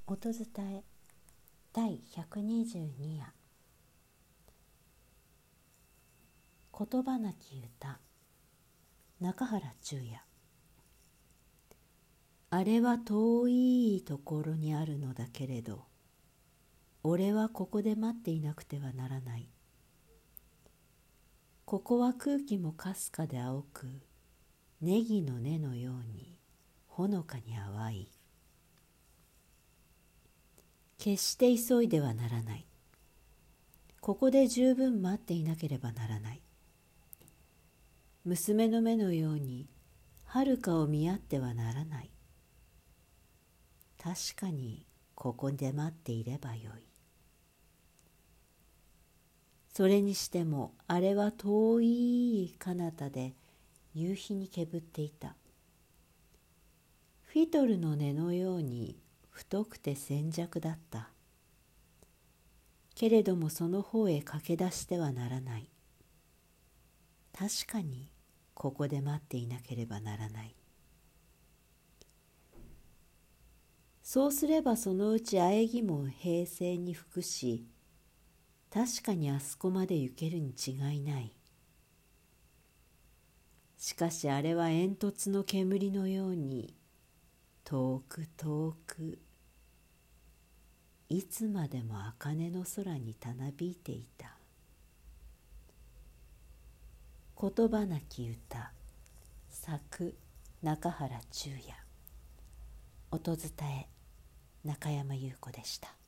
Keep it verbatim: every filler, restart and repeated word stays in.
音伝え第ひゃくにじゅうに夜。言葉なき歌、中原中也。あれは遠いところにあるのだけれど、俺はここで待っていなくてはならない。ここは空気もかすかで青く、ネギの根のようにほのかに淡い。決して急いではならない。ここで十分待っていなければならない。娘の目のように遥かを見合ってはならない。確かにここで待っていればよい。それにしてもあれは遠い彼方で夕日にけぶっていた。フィトルの根のように太くて脆弱だった。けれどもその方へ駆け出してはならない。確かにここで待っていなければならない。そうすればそのうち喘ぎも平静に吹くし、確かにあそこまで行けるに違いない。しかしあれは煙突の煙のように遠く遠く、いつまでも茜の空にたなびいていた。言葉なき歌、作中原中也。音伝え中山優子でした。